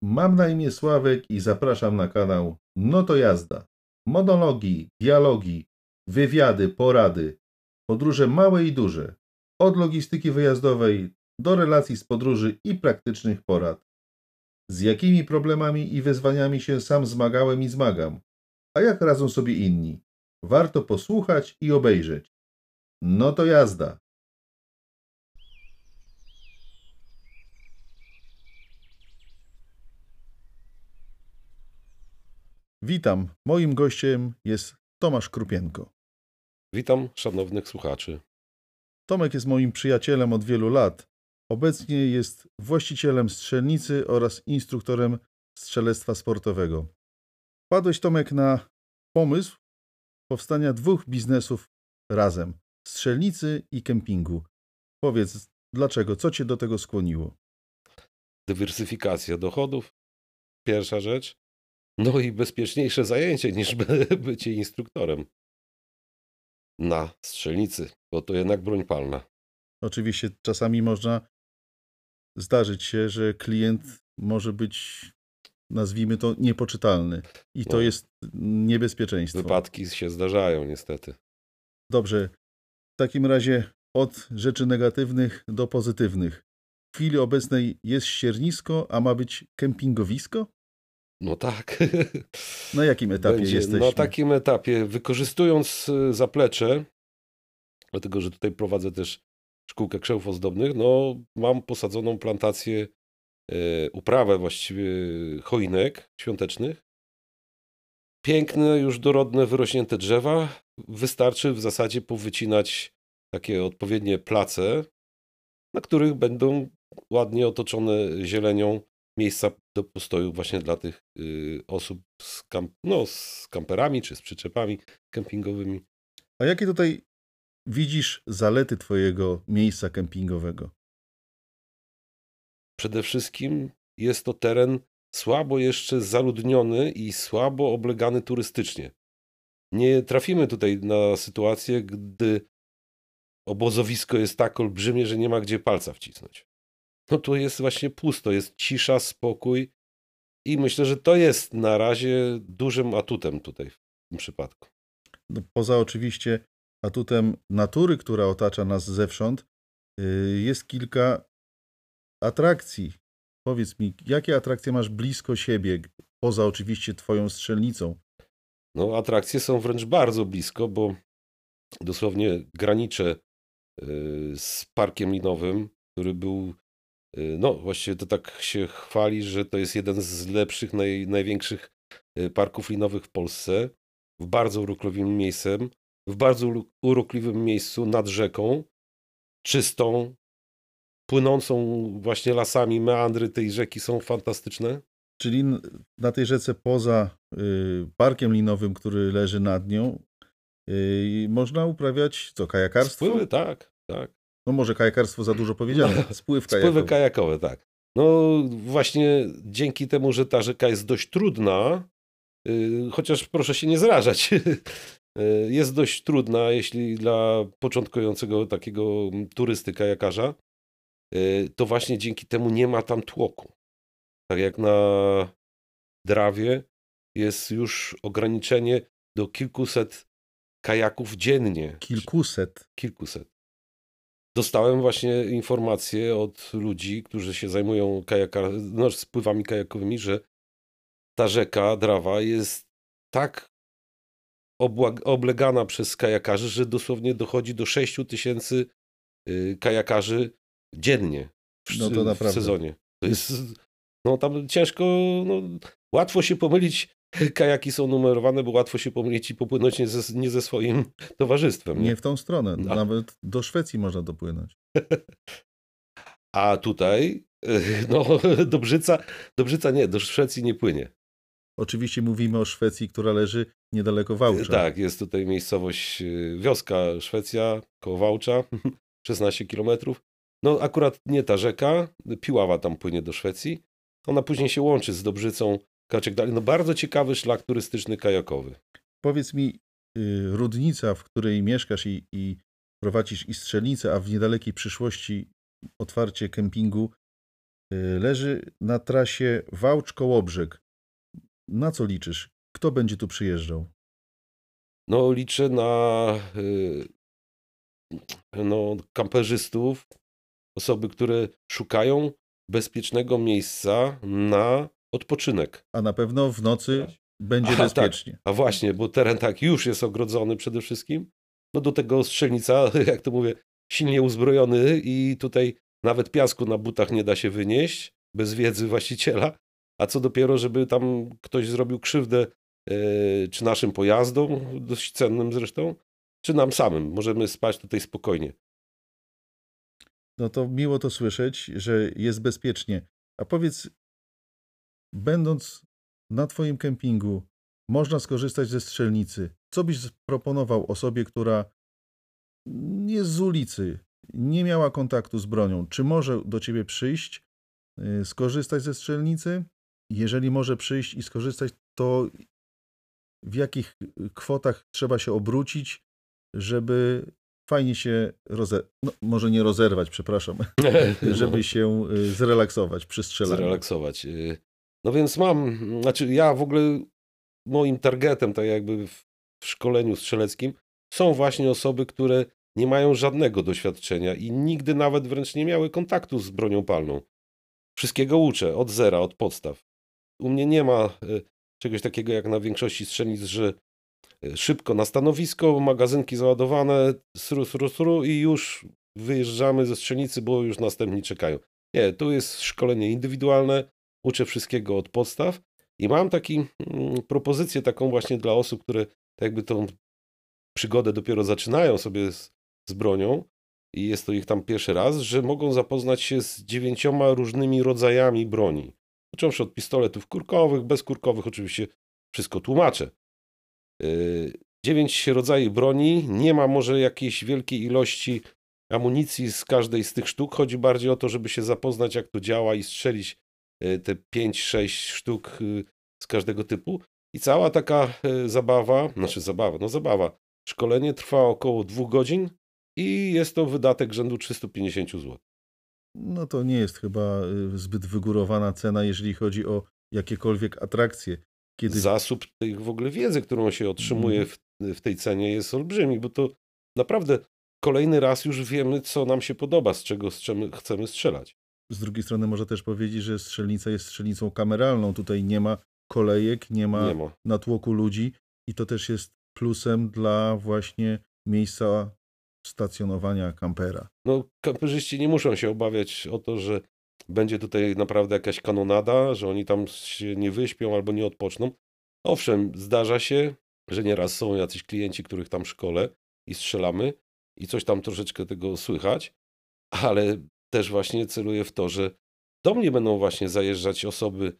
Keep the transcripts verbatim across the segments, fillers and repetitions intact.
Mam na imię Sławek i zapraszam na kanał No to jazda. Monologi, dialogi, wywiady, porady, podróże małe i duże. Od logistyki wyjazdowej do relacji z podróży i praktycznych porad. Z jakimi problemami i wyzwaniami się sam zmagałem i zmagam, a jak radzą sobie inni. Warto posłuchać i obejrzeć. No to jazda. Witam. Moim gościem jest Tomasz Krupienko. Witam szanownych słuchaczy. Tomek jest moim przyjacielem od wielu lat. Obecnie jest właścicielem strzelnicy oraz instruktorem strzelectwa sportowego. Wpadłeś, Tomek, na pomysł powstania dwóch biznesów razem: strzelnicy i kempingu. Powiedz, dlaczego? Co cię do tego skłoniło? Dywersyfikacja dochodów, pierwsza rzecz. No i bezpieczniejsze zajęcie niż by, bycie instruktorem na strzelnicy, bo to jednak broń palna. Oczywiście czasami można zdarzyć się, że klient może być, nazwijmy to, niepoczytalny i to No, jest niebezpieczeństwo. Wypadki się zdarzają niestety. Dobrze, w takim razie od rzeczy negatywnych do pozytywnych. W chwili obecnej jest ściernisko, a ma być kempingowisko? No tak. Na jakim etapie Będzie jesteśmy? na takim etapie, wykorzystując y, zaplecze, dlatego że tutaj prowadzę też szkółkę krzewów ozdobnych, no mam posadzoną plantację, y, uprawę właściwie choinek świątecznych. Piękne, już dorodne, wyrośnięte drzewa. Wystarczy w zasadzie powycinać takie odpowiednie place, na których będą ładnie otoczone zielenią miejsca do postoju właśnie dla tych y, osób z, kamp no, z kamperami czy z przyczepami kempingowymi. A jakie tutaj widzisz zalety twojego miejsca kempingowego? Przede wszystkim jest to teren słabo jeszcze zaludniony i słabo oblegany turystycznie. Nie trafimy tutaj na sytuację, gdy obozowisko jest tak olbrzymie, że nie ma gdzie palca wcisnąć. No tu jest właśnie pusto, jest cisza, spokój i myślę, że to jest na razie dużym atutem tutaj w tym przypadku. No, poza oczywiście atutem natury, która otacza nas zewsząd, yy, jest kilka atrakcji. Powiedz mi, jakie atrakcje masz blisko siebie, poza oczywiście twoją strzelnicą? No atrakcje są wręcz bardzo blisko, bo dosłownie graniczę y, z parkiem linowym, który był, y, no właściwie to tak się chwali, że to jest jeden z lepszych, naj, największych y, parków linowych w Polsce, w bardzo urokliwym miejscem, w bardzo uru- urokliwym miejscu nad rzeką, czystą, płynącą właśnie lasami. Meandry tej rzeki są fantastyczne. Czyli n- na tej rzece poza y, parkiem linowym, który leży nad nią, y, można uprawiać co, kajakarstwo? Spływy, tak, tak. No może kajakarstwo za dużo powiedziane. No, Spływ Spływy kajakowy. kajakowe, tak. No właśnie dzięki temu, że ta rzeka jest dość trudna, y, chociaż proszę się nie zrażać, y, jest dość trudna, jeśli dla początkującego takiego turysty kajakarza, y, to właśnie dzięki temu nie ma tam tłoku. Tak jak na Drawie jest już ograniczenie do kilkuset kajaków dziennie. Kilkuset. Kilkuset. Dostałem właśnie informacje od ludzi, którzy się zajmują kajaka, no, spływami kajakowymi, że ta rzeka Drawa jest tak obła- oblegana przez kajakarzy, że dosłownie dochodzi do sześciu tysięcy y, kajakarzy dziennie w, No to w naprawdę. sezonie. To jest, no tam ciężko, no, łatwo się pomylić. Kajaki są numerowane, bo łatwo się pomylić i popłynąć nie ze, nie ze swoim towarzystwem. Nie? Nie w tą stronę. No. Nawet do Szwecji można dopłynąć. A tutaj, no, do Brzyca, do Brzyca nie, do Szwecji nie płynie. Oczywiście mówimy o Szwecji, która leży niedaleko Wałcza. Tak, jest tutaj miejscowość, y, wioska Szwecja, koło Wałcza, szesnaście kilometrów. No akurat nie ta rzeka, Piława tam płynie do Szwecji. Ona później się łączy z Dobrzycą, Kaczek dalej. No bardzo ciekawy szlak turystyczny kajakowy. Powiedz mi, y, Rudnica, w której mieszkasz i, i prowadzisz i strzelnicę, a w niedalekiej przyszłości otwarcie kempingu, Y, Leży na trasie Wałcz-Kołobrzeg. Na co liczysz? Kto będzie tu przyjeżdżał? No liczę na y, no, kamperzystów, osoby, które szukają bezpiecznego miejsca na odpoczynek. A na pewno w nocy będzie Aha, bezpiecznie. Tak. A właśnie, bo teren tak już jest ogrodzony przede wszystkim. No do tego strzelnica, jak to mówię, silnie uzbrojony i tutaj nawet piasku na butach nie da się wynieść bez wiedzy właściciela. A co dopiero, żeby tam ktoś zrobił krzywdę e, czy naszym pojazdom, dość cennym zresztą, czy nam samym. Możemy spać tutaj spokojnie. No to miło to słyszeć, że jest bezpiecznie. A powiedz, będąc na twoim kempingu, można skorzystać ze strzelnicy. Co byś proponował osobie, która jest z ulicy, nie miała kontaktu z bronią? Czy może do ciebie przyjść, y, skorzystać ze strzelnicy? Jeżeli może przyjść i skorzystać, to w jakich kwotach trzeba się obrócić, żeby fajnie się roze... no, może nie rozerwać, przepraszam, żeby się y, zrelaksować przy strzelaniu. Zrelaksować. Y, No więc mam, znaczy ja w ogóle moim targetem, tak jakby w w szkoleniu strzeleckim, są właśnie osoby, które nie mają żadnego doświadczenia i nigdy nawet wręcz nie miały kontaktu z bronią palną. Wszystkiego uczę od zera, od podstaw. U mnie nie ma y, czegoś takiego jak na większości strzelnic, że y, szybko na stanowisko, magazynki załadowane, sru, sru, sru i już wyjeżdżamy ze strzelnicy, bo już następni czekają. Nie, tu jest szkolenie indywidualne, uczę wszystkiego od podstaw i mam taki mm, propozycję taką właśnie dla osób, które tak jakby tą przygodę dopiero zaczynają sobie z, z bronią i jest to ich tam pierwszy raz, że mogą zapoznać się z dziewięcioma różnymi rodzajami broni. Począwszy od pistoletów kurkowych, bezkurkowych, oczywiście wszystko tłumaczę. Yy, Dziewięć rodzajów broni, nie ma może jakiejś wielkiej ilości amunicji z każdej z tych sztuk. Chodzi bardziej o to, żeby się zapoznać, jak to działa i strzelić yy, te pięć sześć sztuk yy, z każdego typu. I cała taka yy, zabawa, znaczy zabawa, no zabawa, szkolenie trwa około dwóch godzin i jest to wydatek rzędu trzysta pięćdziesiąt złotych. No to nie jest chyba y, zbyt wygórowana cena, jeżeli chodzi o jakiekolwiek atrakcje. Kiedy Zasób tej w ogóle wiedzy, którą się otrzymuje w, w tej cenie jest olbrzymi, bo to naprawdę kolejny raz już wiemy, co nam się podoba, z czego z czym chcemy strzelać. z drugiej strony można też powiedzieć, że strzelnica jest strzelnicą kameralną. Tutaj nie ma kolejek, nie ma Nie ma. natłoku ludzi i to też jest plusem dla właśnie miejsca stacjonowania kampera. No, kamperzyści nie muszą się obawiać o to, że będzie tutaj naprawdę jakaś kanonada, że oni tam się nie wyśpią albo nie odpoczną. Owszem, zdarza się, że nieraz są jacyś klienci, których tam szkolę i strzelamy i coś tam troszeczkę tego słychać, ale też właśnie celuję w to, że do mnie będą właśnie zajeżdżać osoby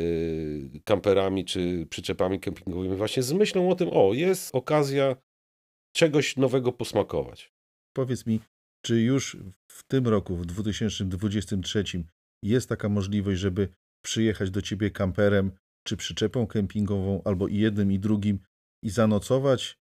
yy, kamperami czy przyczepami kempingowymi właśnie z myślą o tym, o, jest okazja czegoś nowego posmakować. Powiedz mi, czy już w tym roku, w dwa tysiące dwudziestym trzecim, jest taka możliwość, żeby przyjechać do ciebie kamperem czy przyczepą kempingową, albo i jednym, i drugim, i zanocować?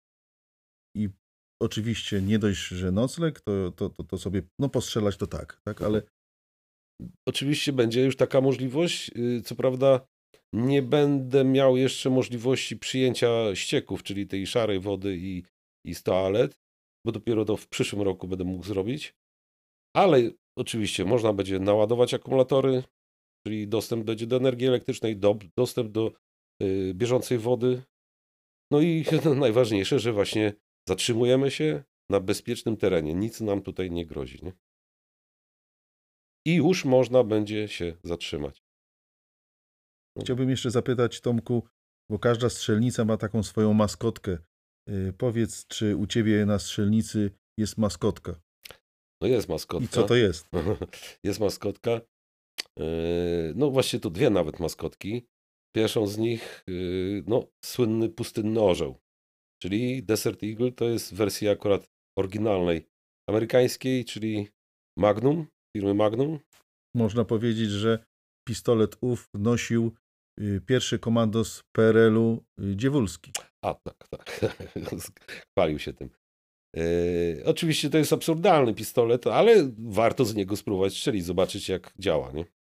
I oczywiście nie dość, że nocleg, to, to, to, to sobie, no postrzelać to tak, tak, ale Oczywiście będzie już taka możliwość. Yy, Co prawda nie będę miał jeszcze możliwości przyjęcia ścieków, czyli tej szarej wody i, i z toalet, bo dopiero to w przyszłym roku będę mógł zrobić. Ale oczywiście można będzie naładować akumulatory, czyli dostęp będzie do energii elektrycznej, do, dostęp do y, bieżącej wody. No i najważniejsze, że właśnie zatrzymujemy się na bezpiecznym terenie. Nic nam tutaj nie grozi. Nie? I już można będzie się zatrzymać. chciałbym jeszcze zapytać, Tomku, bo każda strzelnica ma taką swoją maskotkę. Yy, Powiedz, czy u ciebie na strzelnicy jest maskotka? No jest maskotka. I co to jest? Jest maskotka. Yy, No właśnie tu dwie nawet maskotki. Pierwszą z nich, yy, no słynny pustynny orzeł. Czyli Desert Eagle to jest wersja akurat oryginalnej amerykańskiej, czyli Magnum, firmy Magnum. Można powiedzieć, że pistolet ów nosił y, pierwszy komandos P R L-u y, Dziewulski. A tak, tak. Chwalił się tym. Yy, oczywiście to jest absurdalny pistolet, ale warto z niego spróbować strzelić, zobaczyć jak działa, nie?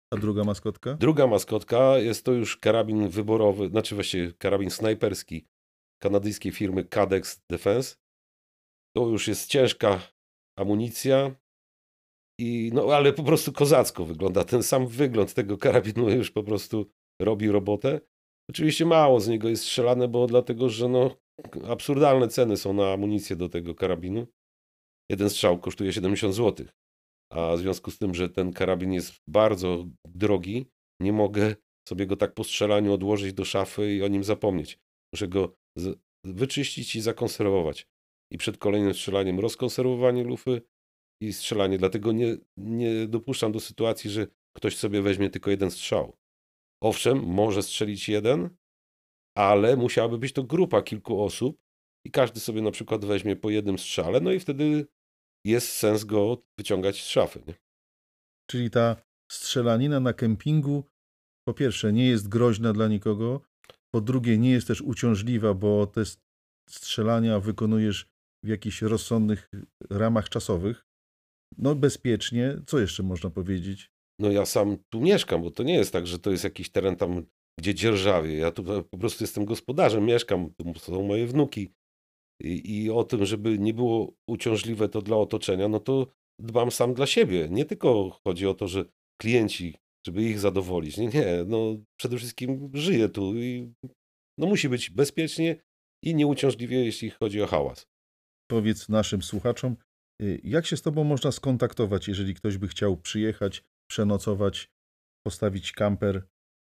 A druga maskotka? Druga maskotka jest to już karabin wyborowy, znaczy właściwie karabin snajperski kanadyjskiej firmy Cadex Defense. To już jest ciężka amunicja, i, no ale po prostu kozacko wygląda. Ten sam wygląd tego karabinu już po prostu robi robotę. Oczywiście mało z niego jest strzelane, bo dlatego, że no, absurdalne ceny są na amunicję do tego karabinu. Jeden strzał kosztuje siedemdziesiąt złotych. A w związku z tym, że ten karabin jest bardzo drogi, nie mogę sobie go tak po strzelaniu odłożyć do szafy i o nim zapomnieć. Muszę go z- wyczyścić i zakonserwować. I przed kolejnym strzelaniem rozkonserwowanie lufy i strzelanie. Dlatego nie, nie dopuszczam do sytuacji, że ktoś sobie weźmie tylko jeden strzał. Owszem, może strzelić jeden, ale musiałaby być to grupa kilku osób i każdy sobie na przykład weźmie po jednym strzale, no i wtedy jest sens go wyciągać z szafy. Nie? Czyli ta strzelanina na kempingu po pierwsze nie jest groźna dla nikogo, po drugie nie jest też uciążliwa, bo te s- strzelania wykonujesz w jakichś rozsądnych ramach czasowych. No bezpiecznie. Co jeszcze można powiedzieć? No ja sam tu mieszkam, bo to nie jest tak, że to jest jakiś teren tam, gdzie dzierżawię. Ja tu po prostu jestem gospodarzem, mieszkam, tu są moje wnuki. I, I o tym, żeby nie było uciążliwe to dla otoczenia, no to dbam sam dla siebie. Nie tylko chodzi o to, że klienci, żeby ich zadowolić. Nie, nie, no przede wszystkim żyję tu i no musi być bezpiecznie i nieuciążliwie, jeśli chodzi o hałas. Powiedz naszym słuchaczom, y, jak się z tobą można skontaktować, jeżeli ktoś by chciał przyjechać, przenocować, postawić kamper?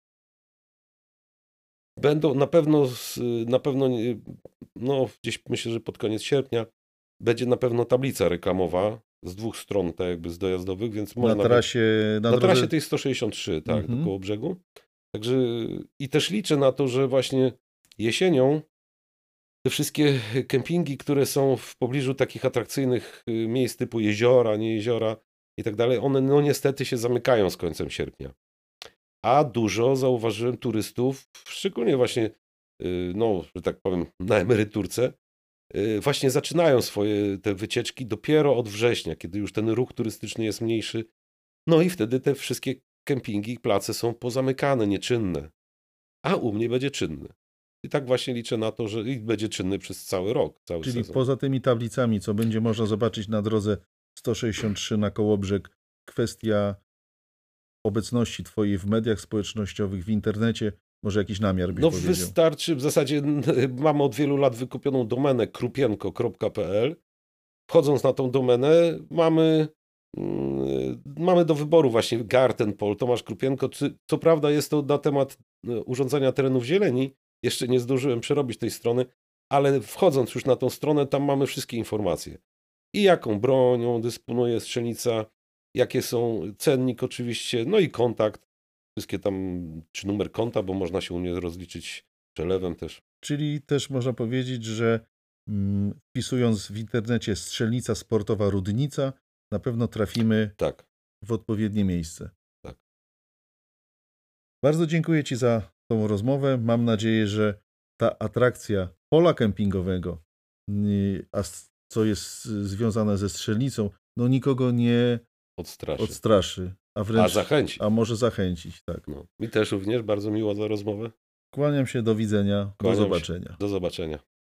Będą na pewno, z- na pewno, nie- no gdzieś myślę, że pod koniec sierpnia będzie na pewno tablica reklamowa z dwóch stron, tak jakby z dojazdowych, więc Na można by- trasie, na, Na drodze... trasie tej sto sześćdziesiąt trzy, tak, Mhm. do koło brzegu. Także i też liczę na to, że właśnie jesienią te wszystkie kempingi, które są w pobliżu takich atrakcyjnych y, miejsc typu jeziora, nie jeziora i tak dalej, one no niestety się zamykają z końcem sierpnia. A dużo zauważyłem turystów, szczególnie właśnie, y, no, że tak powiem, na emeryturce, y, właśnie zaczynają swoje te wycieczki dopiero od września, kiedy już ten ruch turystyczny jest mniejszy. No i wtedy te wszystkie kempingi i place są pozamykane, nieczynne. A u mnie będzie czynny. I tak właśnie liczę na to, że i będzie czynny przez cały rok, cały Czyli sezon. poza tymi tablicami, co będzie można zobaczyć na drodze sto sześćdziesiąt trzy na Kołobrzeg, kwestia obecności twojej w mediach społecznościowych, w internecie, może jakiś namiar byś No powiedział. wystarczy, w zasadzie mam od wielu lat wykupioną domenę krupienko kropka p l. Wchodząc na tą domenę mamy, mm, mamy do wyboru właśnie Gartenpol, Tomasz Krupienko. Co, co prawda jest to na temat e, urządzania terenów zieleni. Jeszcze nie zdążyłem przerobić tej strony, ale wchodząc już na tą stronę, tam mamy wszystkie informacje. I jaką bronią dysponuje strzelnica, jakie są cennik oczywiście, no i kontakt. Wszystkie tam, czy numer konta, bo można się u mnie rozliczyć przelewem też. Czyli też można powiedzieć, że mm, wpisując w internecie strzelnica sportowa Rudnica, na pewno trafimy Tak, w odpowiednie miejsce. tak. Bardzo dziękuję Ci za tą rozmowę. Mam nadzieję, że ta atrakcja pola kempingowego, y, a s- co jest y, związane ze strzelnicą, no nikogo nie Odstraszy. odstraszy, a wręcz A zachęci. a może zachęcić. Tak. No. Mi też również bardzo miło za rozmowę. Kłaniam się, do widzenia, do Kłaniam się. zobaczenia. Do zobaczenia.